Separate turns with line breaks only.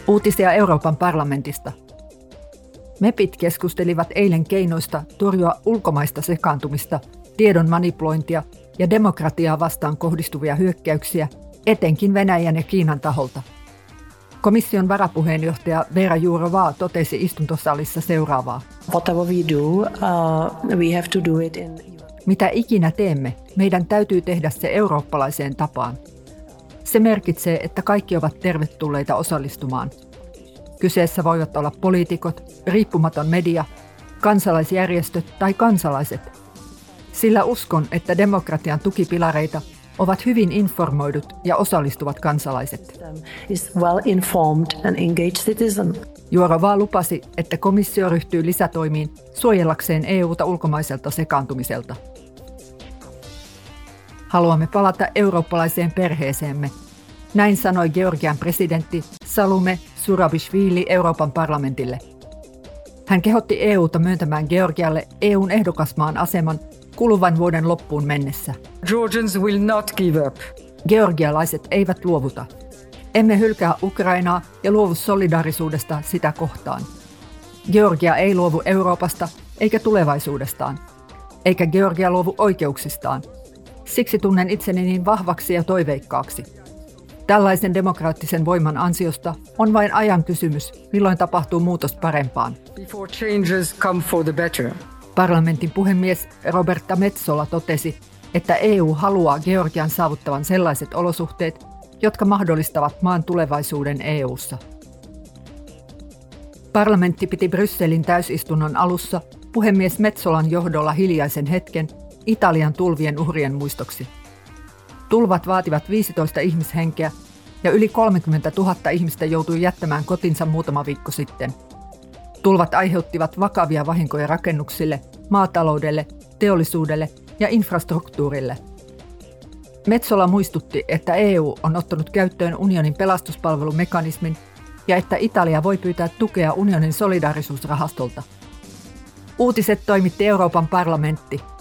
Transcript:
Uutisia Euroopan parlamentista. MEPit keskustelivat eilen keinoista torjua ulkomaista sekaantumista, tiedon manipulointia ja demokratiaa vastaan kohdistuvia hyökkäyksiä, etenkin Venäjän ja Kiinan taholta. Komission varapuheenjohtaja Vera Jourová totesi istuntosalissa seuraavaa. Mitä ikinä teemme, meidän täytyy tehdä se eurooppalaiseen tapaan. Se merkitsee, että kaikki ovat tervetulleita osallistumaan. Kyseessä voivat olla poliitikot, riippumaton media, kansalaisjärjestöt tai kansalaiset. Sillä uskon, että demokratian tukipilareita ovat hyvin informoidut ja osallistuvat kansalaiset. Jourová lupasi, että komissio ryhtyy lisätoimiin suojellakseen EU:ta ulkomaiselta sekaantumiselta. Haluamme palata eurooppalaiseen perheeseemme. Näin sanoi Georgian presidentti Salume Zurabishvili Euroopan parlamentille. Hän kehotti EU:ta myöntämään Georgialle EU:n ehdokasmaan aseman kuluvan vuoden loppuun mennessä.
Georgians will not give up.
Georgialaiset eivät luovuta. Emme hylkää Ukrainaa ja luovu solidaarisuudesta sitä kohtaan. Georgia ei luovu Euroopasta eikä tulevaisuudestaan. Eikä Georgia luovu oikeuksistaan. Siksi tunnen itseni niin vahvaksi ja toiveikkaaksi. Tällaisen demokraattisen voiman ansiosta on vain ajan kysymys, milloin tapahtuu muutos parempaan. Parlamentin puhemies Roberta Metsola totesi, että EU haluaa Georgian saavuttavan sellaiset olosuhteet, jotka mahdollistavat maan tulevaisuuden EU:ssa. Parlamentti piti Brysselin täysistunnon alussa puhemies Metsolan johdolla hiljaisen hetken Italian tulvien uhrien muistoksi. Tulvat vaativat 15 ihmishenkeä ja yli 30 000 ihmistä joutui jättämään kotinsa muutama viikko sitten. Tulvat aiheuttivat vakavia vahinkoja rakennuksille, maataloudelle, teollisuudelle ja infrastruktuurille. Metsola muistutti, että EU on ottanut käyttöön unionin pelastuspalvelumekanismin ja että Italia voi pyytää tukea unionin solidaarisuusrahastolta. Uutiset toimitti Euroopan parlamentti.